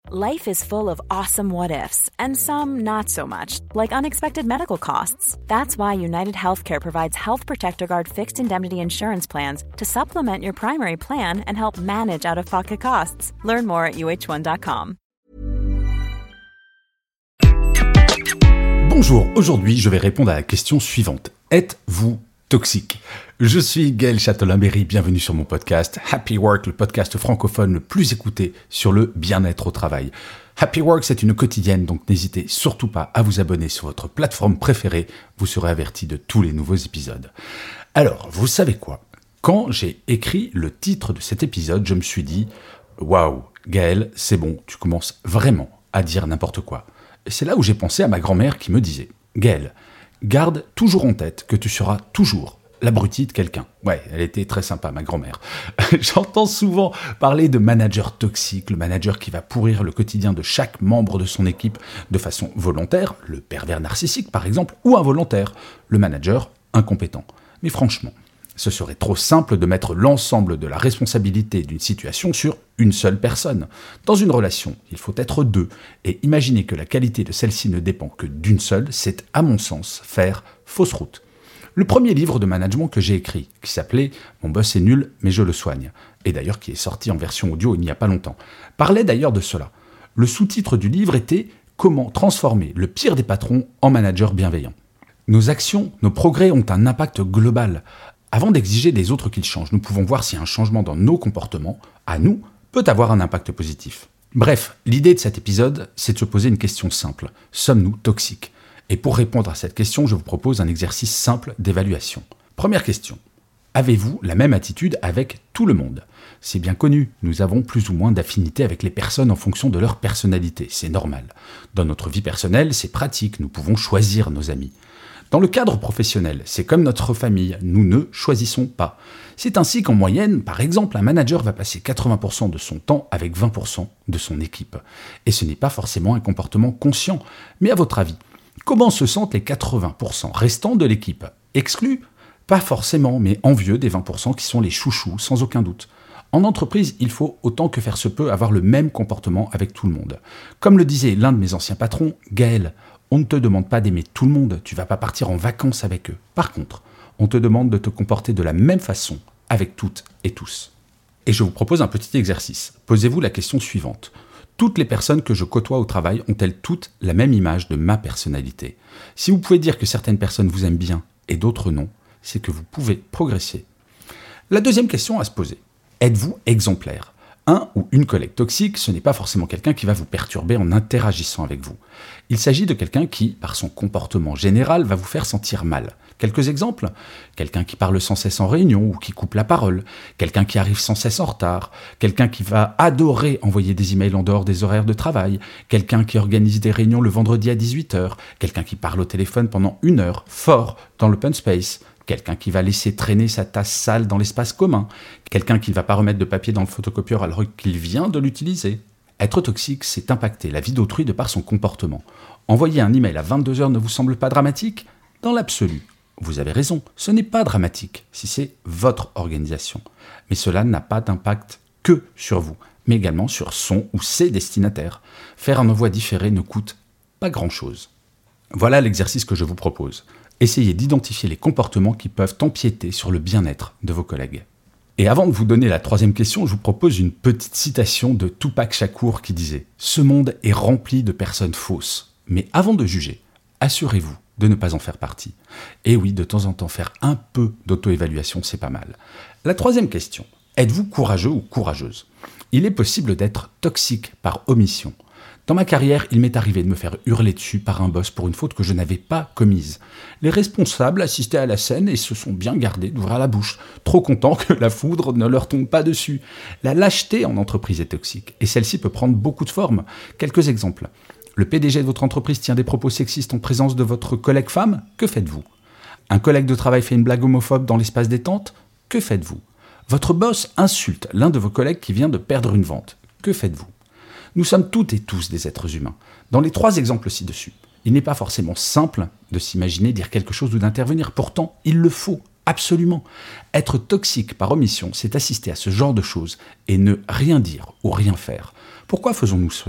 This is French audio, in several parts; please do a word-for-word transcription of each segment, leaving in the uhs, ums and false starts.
Life is full of awesome what-ifs, and some not so much, like unexpected medical costs. That's why United Healthcare provides Health Protector Guard fixed indemnity insurance plans to supplement your primary plan and help manage out-of-pocket costs. Learn more at U H one dot com. Bonjour, aujourd'hui je vais répondre à la question suivante. Êtes-vous toxique ? Je suis Gaël Châtelain-Berry, bienvenue sur mon podcast Happy Work, le podcast francophone le plus écouté sur le bien-être au travail. Happy Work, c'est une quotidienne, donc n'hésitez surtout pas à vous abonner sur votre plateforme préférée, vous serez averti de tous les nouveaux épisodes. Alors, vous savez quoi ? Quand j'ai écrit le titre de cet épisode, je me suis dit « Waouh, Gaël, c'est bon, tu commences vraiment à dire n'importe quoi ». Et c'est là où j'ai pensé à ma grand-mère qui me disait « Gaël, garde toujours en tête que tu seras toujours l'abruti de quelqu'un. » Ouais, elle était très sympa, ma grand-mère. J'entends souvent parler de manager toxique, le manager qui va pourrir le quotidien de chaque membre de son équipe de façon volontaire, le pervers narcissique par exemple, ou involontaire, le manager incompétent. Mais franchement, ce serait trop simple de mettre l'ensemble de la responsabilité d'une situation sur une seule personne. Dans une relation, il faut être deux, et imaginer que la qualité de celle-ci ne dépend que d'une seule, c'est à mon sens faire fausse route. Le premier livre de management que j'ai écrit, qui s'appelait « Mon boss est nul, mais je le soigne », et d'ailleurs qui est sorti en version audio il n'y a pas longtemps, parlait d'ailleurs de cela. Le sous-titre du livre était « Comment transformer le pire des patrons en manager bienveillant ». Nos actions, nos progrès ont un impact global. Avant d'exiger des autres qu'ils changent, nous pouvons voir si un changement dans nos comportements, à nous, peut avoir un impact positif. Bref, l'idée de cet épisode, c'est de se poser une question simple. Sommes-nous toxiques ? Et pour répondre à cette question, je vous propose un exercice simple d'évaluation. Première question. Avez-vous la même attitude avec tout le monde ? C'est bien connu, nous avons plus ou moins d'affinité avec les personnes en fonction de leur personnalité, c'est normal. Dans notre vie personnelle, c'est pratique, nous pouvons choisir nos amis. Dans le cadre professionnel, c'est comme notre famille, nous ne choisissons pas. C'est ainsi qu'en moyenne, par exemple, un manager va passer quatre-vingts pour cent de son temps avec vingt pour cent de son équipe. Et ce n'est pas forcément un comportement conscient. Mais à votre avis, comment se sentent les quatre-vingts pour cent restants de l'équipe ? Exclus ? Pas forcément, mais envieux des vingt pour cent qui sont les chouchous, sans aucun doute. En entreprise, il faut autant que faire se peut avoir le même comportement avec tout le monde. Comme le disait l'un de mes anciens patrons, Gaël, on ne te demande pas d'aimer tout le monde, tu vas pas partir en vacances avec eux. Par contre, on te demande de te comporter de la même façon avec toutes et tous. Et je vous propose un petit exercice. Posez-vous la question suivante. Toutes les personnes que je côtoie au travail ont-elles toutes la même image de ma personnalité ? Si vous pouvez dire que certaines personnes vous aiment bien et d'autres non, c'est que vous pouvez progresser. La deuxième question à se poser. Êtes-vous exemplaire ? Un ou une collègue toxique, ce n'est pas forcément quelqu'un qui va vous perturber en interagissant avec vous. Il s'agit de quelqu'un qui, par son comportement général, va vous faire sentir mal. Quelques exemples ? Quelqu'un qui parle sans cesse en réunion ou qui coupe la parole, quelqu'un qui arrive sans cesse en retard, quelqu'un qui va adorer envoyer des emails en dehors des horaires de travail, quelqu'un qui organise des réunions le vendredi à dix-huit heures, quelqu'un qui parle au téléphone pendant une heure, fort, dans l'open space, quelqu'un qui va laisser traîner sa tasse sale dans l'espace commun, quelqu'un qui ne va pas remettre de papier dans le photocopieur alors qu'il vient de l'utiliser. Être toxique, c'est impacter la vie d'autrui de par son comportement. Envoyer un email à vingt-deux heures ne vous semble pas dramatique ? Dans l'absolu, vous avez raison, ce n'est pas dramatique si c'est votre organisation. Mais cela n'a pas d'impact que sur vous, mais également sur son ou ses destinataires. Faire un envoi différé ne coûte pas grand-chose. Voilà l'exercice que je vous propose. Essayez d'identifier les comportements qui peuvent empiéter sur le bien-être de vos collègues. Et avant de vous donner la troisième question, je vous propose une petite citation de Tupac Shakur qui disait « Ce monde est rempli de personnes fausses, mais avant de juger, assurez-vous de ne pas en faire partie. » Et oui, de temps en temps, faire un peu d'auto-évaluation, c'est pas mal. La troisième question, êtes-vous courageux ou courageuse ? Il est possible d'être toxique par omission. Dans ma carrière, il m'est arrivé de me faire hurler dessus par un boss pour une faute que je n'avais pas commise. Les responsables assistaient à la scène et se sont bien gardés d'ouvrir la bouche, trop contents que la foudre ne leur tombe pas dessus. La lâcheté en entreprise est toxique, et celle-ci peut prendre beaucoup de formes. Quelques exemples. Le P D G de votre entreprise tient des propos sexistes en présence de votre collègue femme, que faites-vous ? Un collègue de travail fait une blague homophobe dans l'espace détente, que faites-vous ? Votre boss insulte l'un de vos collègues qui vient de perdre une vente, que faites-vous ? Nous sommes toutes et tous des êtres humains. Dans les trois exemples ci-dessus, il n'est pas forcément simple de s'imaginer dire quelque chose ou d'intervenir. Pourtant, il le faut, absolument. Être toxique par omission, c'est assister à ce genre de choses et ne rien dire ou rien faire. Pourquoi faisons-nous cela ?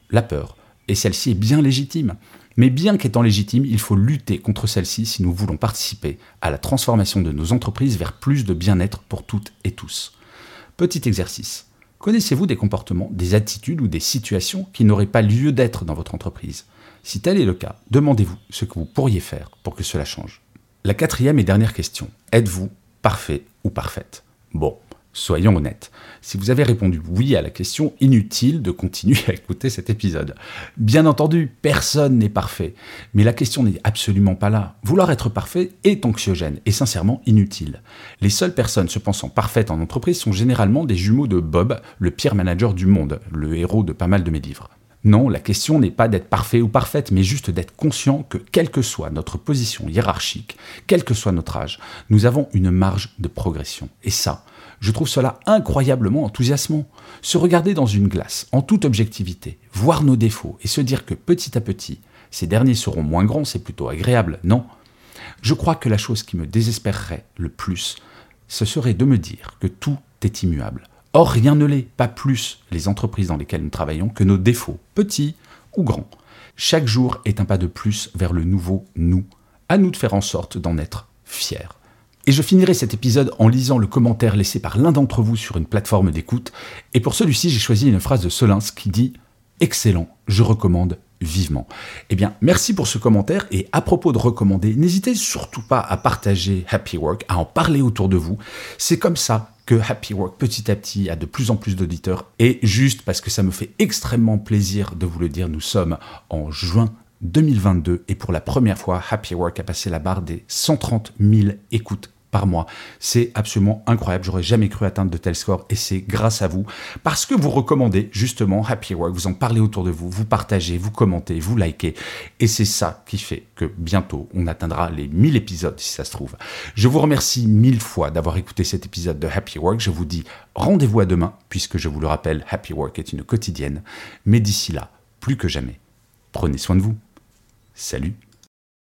la peur, et celle-ci est bien légitime. Mais bien qu'étant légitime, il faut lutter contre celle-ci si nous voulons participer à la transformation de nos entreprises vers plus de bien-être pour toutes et tous. Petit exercice. Connaissez-vous des comportements, des attitudes ou des situations qui n'auraient pas lieu d'être dans votre entreprise ? Si tel est le cas, demandez-vous ce que vous pourriez faire pour que cela change. La quatrième et dernière question. Êtes-vous parfait ou parfaite ? Bon, soyons honnêtes. Si vous avez répondu oui à la question, inutile de continuer à écouter cet épisode. Bien entendu, personne n'est parfait. Mais la question n'est absolument pas là. Vouloir être parfait est anxiogène et sincèrement inutile. Les seules personnes se pensant parfaites en entreprise sont généralement des jumeaux de Bob, le pire manager du monde, le héros de pas mal de mes livres. Non, la question n'est pas d'être parfait ou parfaite, mais juste d'être conscient que, quelle que soit notre position hiérarchique, quel que soit notre âge, nous avons une marge de progression. Et ça, je trouve cela incroyablement enthousiasmant. Se regarder dans une glace, en toute objectivité, voir nos défauts et se dire que petit à petit, ces derniers seront moins grands, c'est plutôt agréable, non ? Je crois que la chose qui me désespérerait le plus, ce serait de me dire que tout est immuable. Or, rien ne l'est, pas plus les entreprises dans lesquelles nous travaillons que nos défauts, petits ou grands. Chaque jour est un pas de plus vers le nouveau nous. À nous de faire en sorte d'en être fiers. Et je finirai cet épisode en lisant le commentaire laissé par l'un d'entre vous sur une plateforme d'écoute. Et pour celui-ci, j'ai choisi une phrase de Solins qui dit « Excellent, je recommande vivement ». Eh bien, merci pour ce commentaire. Et à propos de recommander, n'hésitez surtout pas à partager Happy Work, à en parler autour de vous. C'est comme ça que Happy Work, petit à petit, a de plus en plus d'auditeurs. Et juste parce que ça me fait extrêmement plaisir de vous le dire, nous sommes en juin deux mille vingt-deux et pour la première fois, Happy Work a passé la barre des cent trente mille écoutes par mois. C'est absolument incroyable, j'aurais jamais cru atteindre de tels scores et c'est grâce à vous, parce que vous recommandez justement Happy Work, vous en parlez autour de vous, vous partagez, vous commentez, vous likez, et c'est ça qui fait que bientôt on atteindra les mille épisodes si ça se trouve. Je vous remercie mille fois d'avoir écouté cet épisode de Happy Work, je vous dis rendez-vous à demain, puisque je vous le rappelle, Happy Work est une quotidienne, mais d'ici là, plus que jamais, prenez soin de vous. Salut.